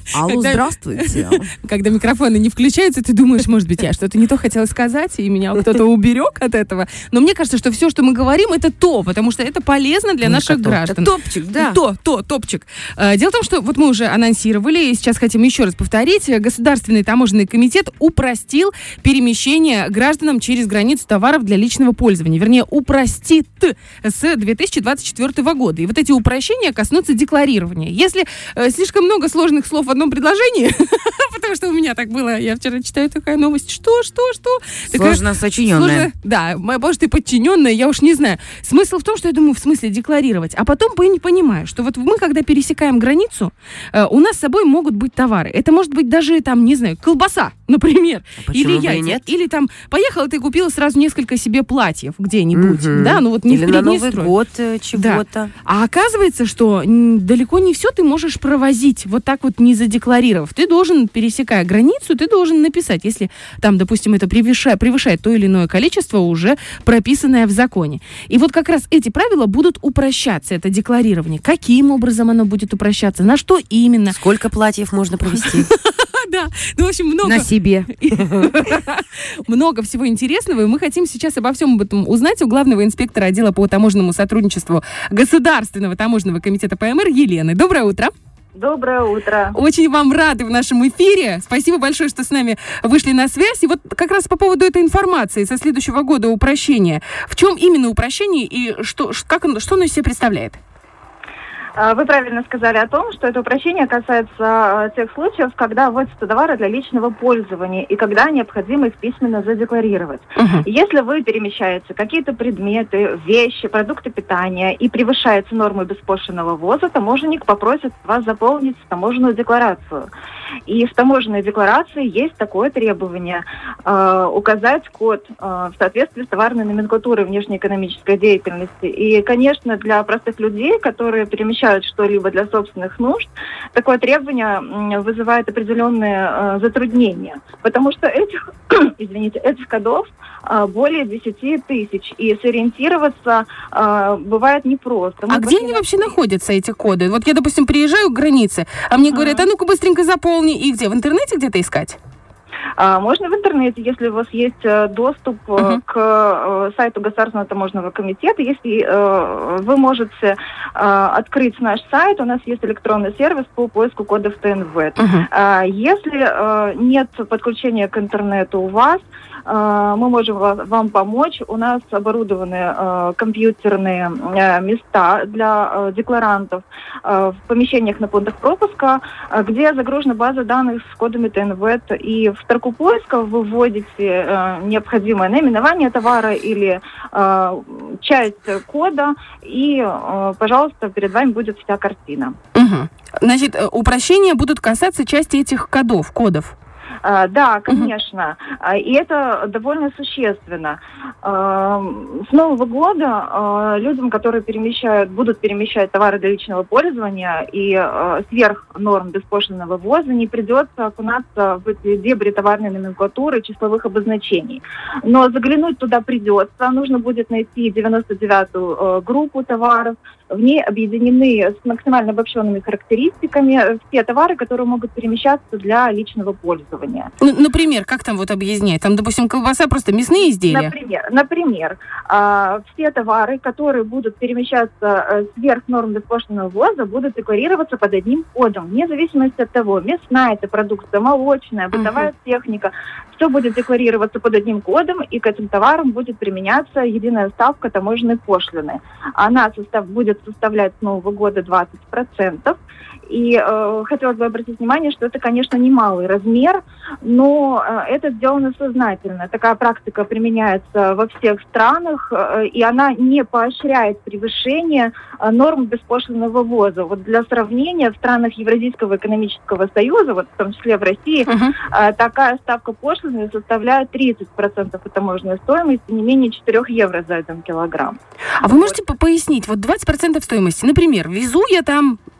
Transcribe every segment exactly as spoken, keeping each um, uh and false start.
Алло, когда, здравствуйте. Когда микрофоны не включаются, ты думаешь, может быть, я что-то не то хотела сказать, и меня кто-то уберег от этого. Но мне кажется, что все, что мы говорим, это то, потому что это полезно для Ну, наших это граждан. то. Топчик, да. То, то, топчик. Дело в том, что вот мы уже анонсировали, и сейчас хотим еще раз повторить, Государственный таможенный комитет упростил перемещение гражданам через границу товаров для личного пользования. Вернее, упростит с две тысячи двадцать четвёртого года. И вот эти упрощения коснутся декларирования. Если э, слишком много сложных слов в одном предложении, потому что у меня так было, я вчера читаю такая новость, что, что, что? Сложно сочиненная. Да, может, и подчиненная, я уж не знаю. Смысл в том, что я думаю, в смысле декларировать. А потом не понимаю, что вот мы, когда пересекаем границу, э, у нас с собой могут быть товары. Это может быть даже, там, не знаю, колбаса, например. А или яйца. Нет? Или там, поехала, ты купила сразу несколько себе платьев где-нибудь. Угу. Да, ну вот не или в на Новый строй. год чего-то. Да. А оказывается, что далеко не все ты можешь провозить вот так вот не задекларировав. Ты должен, пересекая границу, ты должен написать, если там, допустим, это превышает, превышает то или иное количество, уже прописанное в законе. И вот как раз эти правила будут упрощаться, это декларирование. Каким образом оно будет упрощаться? На что именно? Сколько платьев можно провести? Да, ну, в общем, много... На себе. Много всего интересного, и мы хотим сейчас обо всем об этом узнать у главного инспектора отдела по таможенному сотрудничеству Государственного таможенного комитета ПМР Елены. Доброе утро. Доброе утро. Очень вам рады в нашем эфире. Спасибо большое, что с нами вышли на связь. И вот как раз по поводу этой информации со следующего года упрощения. В чем именно упрощение и что, как оно, что оно из себя представляет? Вы правильно сказали о том, что это упрощение касается тех случаев, когда вводятся товары для личного пользования и когда необходимо их письменно задекларировать. Uh-huh. Если вы перемещаете какие-то предметы, вещи, продукты питания и превышаете нормы беспошлинного ввоза, таможенник попросит вас заполнить таможенную декларацию. И в таможенной декларации есть такое требование э, указать код э, в соответствии с товарной номенклатурой внешнеэкономической деятельности. И, конечно, для простых людей, которые перемещают что-либо для собственных нужд, такое требование вызывает определенные э, затруднения, потому что этих, извините, этих кодов э, более десяти тысяч, и сориентироваться э, бывает непросто. Мы а где они вообще находятся, эти коды? Вот я, допустим, приезжаю к границе, а мне говорят, а ну-ка быстренько заполни, и где? В интернете где-то искать? Можно в интернете, если у вас есть доступ uh-huh. к сайту Государственного таможенного комитета, если э, вы можете э, открыть наш сайт, у нас есть электронный сервис по поиску кодов ТНВ. Uh-huh. Если э, нет подключения к интернету у вас, э, мы можем вам помочь. У нас оборудованы э, компьютерные э, места для э, декларантов э, в помещениях на пунктах пропуска, э, где загружена база данных с кодами ТНВ, и в строку поиска вы вводите э, необходимое наименование товара или э, часть кода, и, э, пожалуйста, перед вами будет вся картина. Угу. Значит, упрощения будут касаться части этих кодов, кодов. Uh, да, конечно. Uh, и это довольно существенно. Uh, с Нового года uh, людям, которые перемещают, будут перемещать товары для личного пользования и uh, сверх норм беспошлинного ввоза, не придется окунаться в эти дебри товарной номенклатуры, числовых обозначений. Но заглянуть туда придется. Нужно будет найти девяносто девятую uh, группу товаров. В ней объединены с максимально обобщенными характеристиками все товары, которые могут перемещаться для личного пользования. Ну, например, как там вот объяснять? Там, допустим, колбаса, просто мясные изделия? Например, например э, все товары, которые будут перемещаться э, сверх норм беспошлинного ввоза, будут декларироваться под одним кодом, вне зависимости от того, мясная это продукция, молочная, бытовая uh-huh. техника, все будет декларироваться под одним кодом, и к этим товарам будет применяться единая ставка таможенной пошлины. Она состав, будет составлять с Нового года двадцать процентов. И э, хотелось бы обратить внимание, что это, конечно, немалый размер, но э, это сделано сознательно. Такая практика применяется во всех странах, э, и она не поощряет превышение э, норм беспошлинного ввоза. Вот для сравнения, в странах Евразийского экономического союза, вот в том числе в России, uh-huh. э, такая ставка пошлины составляет тридцать процентов от таможенной стоимости, не менее четыре евро за один килограмм. А вы можете вот пояснить, вот двадцать процентов стоимости, например, везу я там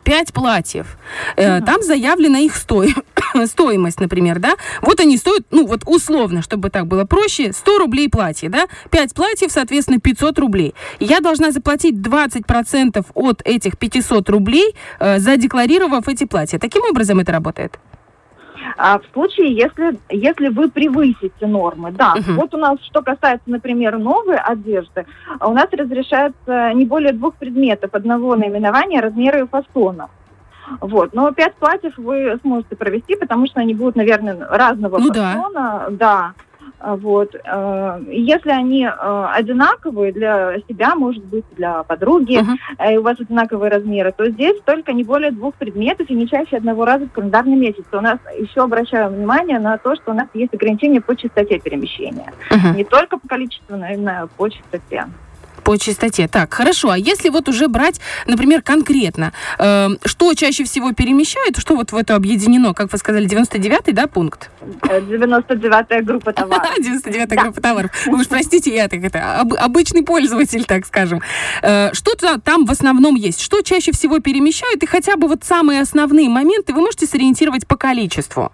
пять платьев. Э, там заявлена их сто... стоимость, например, да? Вот они стоят, ну, вот условно, чтобы так было проще, сто рублей платье, да? пять платьев, соответственно, пятьсот рублей. И я должна заплатить двадцать процентов от этих пятисот рублей, э, задекларировав эти платья. Таким образом это работает? А в случае, если, если вы превысите нормы, да. Uh-huh. Вот у нас, что касается, например, новой одежды, у нас разрешается не более двух предметов одного наименования, размера и фасона. Вот. Но пять платьев вы сможете провести, потому что они будут, наверное, разного ну, фасона. Да. да. Вот. Если они одинаковые для себя, может быть, для подруги, uh-huh. и у вас одинаковые размеры, то здесь только не более двух предметов и не чаще одного раза в календарный месяц. У нас еще обращаю внимание на то, что у нас есть ограничения по частоте перемещения. Uh-huh. Не только по количеству, но и по частоте. По частоте. Так, хорошо. А если вот уже брать, например, конкретно, э, что чаще всего перемещают, что вот в это объединено, как вы сказали, девяносто девятый, да, пункт? девяносто девятая группа товаров. девяносто девятая да. группа товаров. Вы уж простите, я так это, об, обычный пользователь, так скажем. Э, что там в основном есть? Что чаще всего перемещают? И хотя бы вот самые основные моменты вы можете сориентировать по количеству?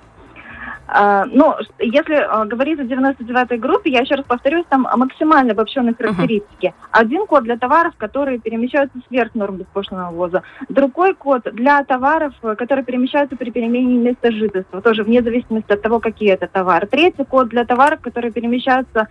Uh, ну, если uh, говорить о девяносто девятой группе, я еще раз повторюсь, там максимально обобщенные характеристики. Uh-huh. Один код для товаров, которые перемещаются сверх норм беспошлинного ввоза. Другой код для товаров, которые перемещаются при перемене места жительства, тоже вне зависимости от того, какие это товары. Третий код для товаров, которые перемещаются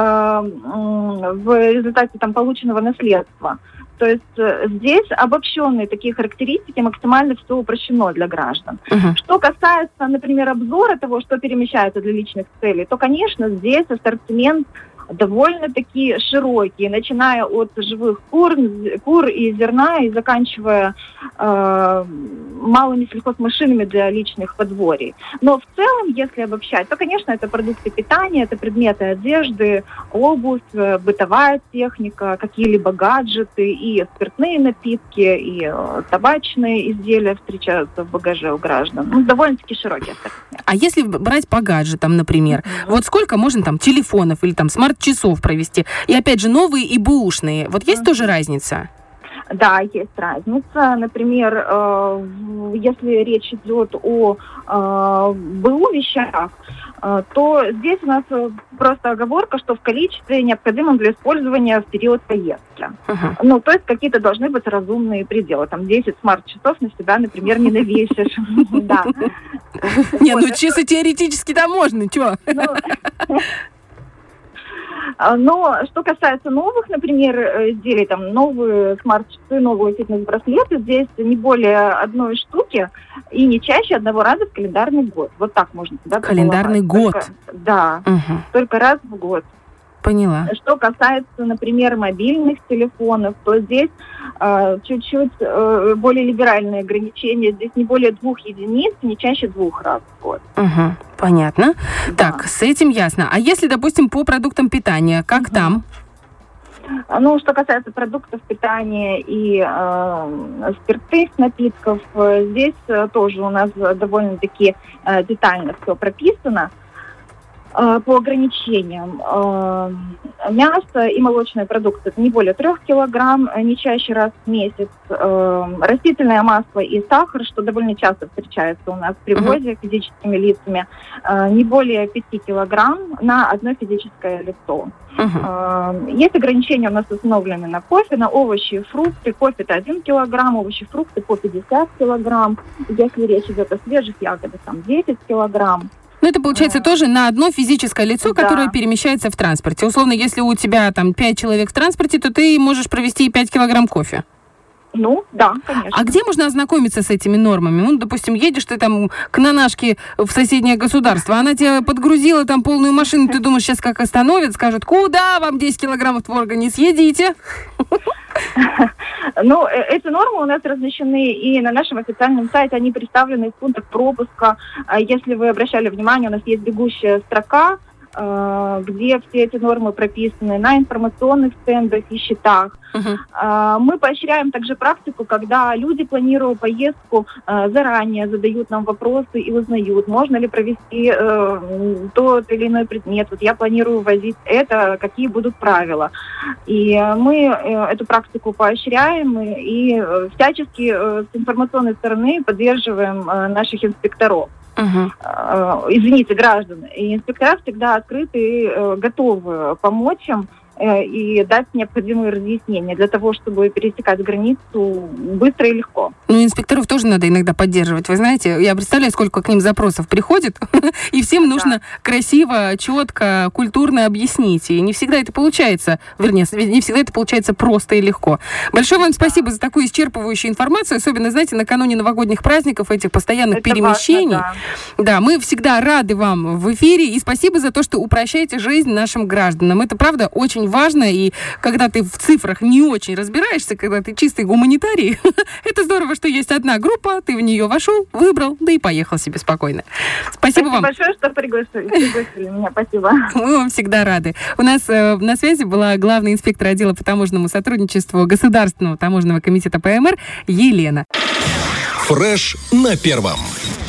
uh, в результате там, полученного наследства. То есть э, здесь обобщенные такие характеристики, максимально все упрощено для граждан. Uh-huh. Что касается, например, обзора того, что перемещается для личных целей, то, конечно, здесь ассортимент довольно-таки широкий, начиная от живых кур, кур и зерна и заканчивая э, малыми сельхозмашинами для личных подворий. Но в целом, если обобщать, то, конечно, это продукты питания, это предметы одежды, обувь, бытовая техника, какие-либо гаджеты и спиртные напитки, и э, табачные изделия встречаются в багаже у граждан. Ну, довольно-таки широкий ассортимент. А если брать по гаджетам, например, mm-hmm. вот сколько можно там телефонов или там смарт-часов провести? И опять же, новые и бэушные. Вот есть mm-hmm. тоже разница? Да, есть разница. Например, э, если речь идет о э, БУ вещах, э, то здесь у нас просто оговорка, что в количестве, необходимом для использования в период поездки. Uh-huh. Ну, то есть какие-то должны быть разумные пределы. Там десять смарт-часов на себя, например, не навесишь. Да. Не, ну чисто теоретически-то можно, чё? Но что касается новых, например, изделий, там новые смарт-часы, новые фитнес-браслеты, здесь не более одной штуки и не чаще одного раза в календарный год. Вот так можно туда Календарный год? Только, да, угу. только раз в год. Поняла. Что касается, например, мобильных телефонов, то здесь э, чуть-чуть э, более либеральные ограничения. Здесь не более двух единиц, не чаще двух раз в год. Угу, понятно. Да. Так, с этим ясно. А если, допустим, по продуктам питания, как угу. там? Ну, что касается продуктов питания и э, спиртных напитков, э, здесь э, тоже у нас довольно-таки э, детально все прописано. По ограничениям. Мясо и молочные продукты это не более трех килограмм, не чаще раз в месяц. Растительное масло и сахар, что довольно часто встречается у нас при ввозе uh-huh. физическими лицами, не более пяти килограмм на одно физическое лицо. Uh-huh. Есть ограничения у нас установлены на кофе, на овощи и фрукты. Кофе это один килограмм, овощи и фрукты по пятьдесят килограмм. Если речь идет о свежих ягодах, там десять килограмм. Ну, это получается а. тоже на одно физическое лицо, да. которое перемещается в транспорте. Условно, если у тебя там пять человек в транспорте, то ты можешь провести и пять килограмм кофе. Ну, да, конечно. А где можно ознакомиться с этими нормами? Ну, допустим, едешь ты там к нанашке в соседнее государство, она тебя подгрузила там полную машину, ты думаешь, сейчас как остановят, скажут, куда вам десять килограммов творога, не съедите? Ну, эти нормы у нас размещены и на нашем официальном сайте, они представлены в пунктах пропуска. Если вы обращали внимание, у нас есть бегущая строка, где все эти нормы прописаны, на информационных стендах и счетах. Uh-huh. Мы поощряем также практику, когда люди, планируя поездку, заранее задают нам вопросы и узнают, можно ли провести тот или иной предмет. Вот я планирую возить это, какие будут правила. И мы эту практику поощряем и всячески с информационной стороны поддерживаем наших инспекторов. Uh-huh. Извините, граждан. И инспектора всегда открыты и готовы помочь им и дать необходимые разъяснения для того, чтобы пересекать границу быстро и легко. Ну, инспекторов тоже надо иногда поддерживать. Вы знаете, я представляю, сколько к ним запросов приходит, и всем нужно да. красиво, четко, культурно объяснить. И не всегда это получается, вернее, не всегда это получается просто и легко. Большое вам спасибо за такую исчерпывающую информацию, особенно, знаете, накануне новогодних праздников, этих постоянных это перемещений. Важно, да. да, мы всегда рады вам в эфире, и спасибо за то, что упрощаете жизнь нашим гражданам. Это, правда, очень важно, и когда ты в цифрах не очень разбираешься, когда ты чистый гуманитарий, это здорово, что есть одна группа, ты в нее вошел, выбрал, да и поехал себе спокойно. Спасибо, спасибо вам. Спасибо большое, что пригласили, пригласили меня. Спасибо. Мы вам всегда рады. У нас э, на связи была главный инспектор отдела по таможенному сотрудничеству Государственного таможенного комитета ПМР Елена. Фреш на первом.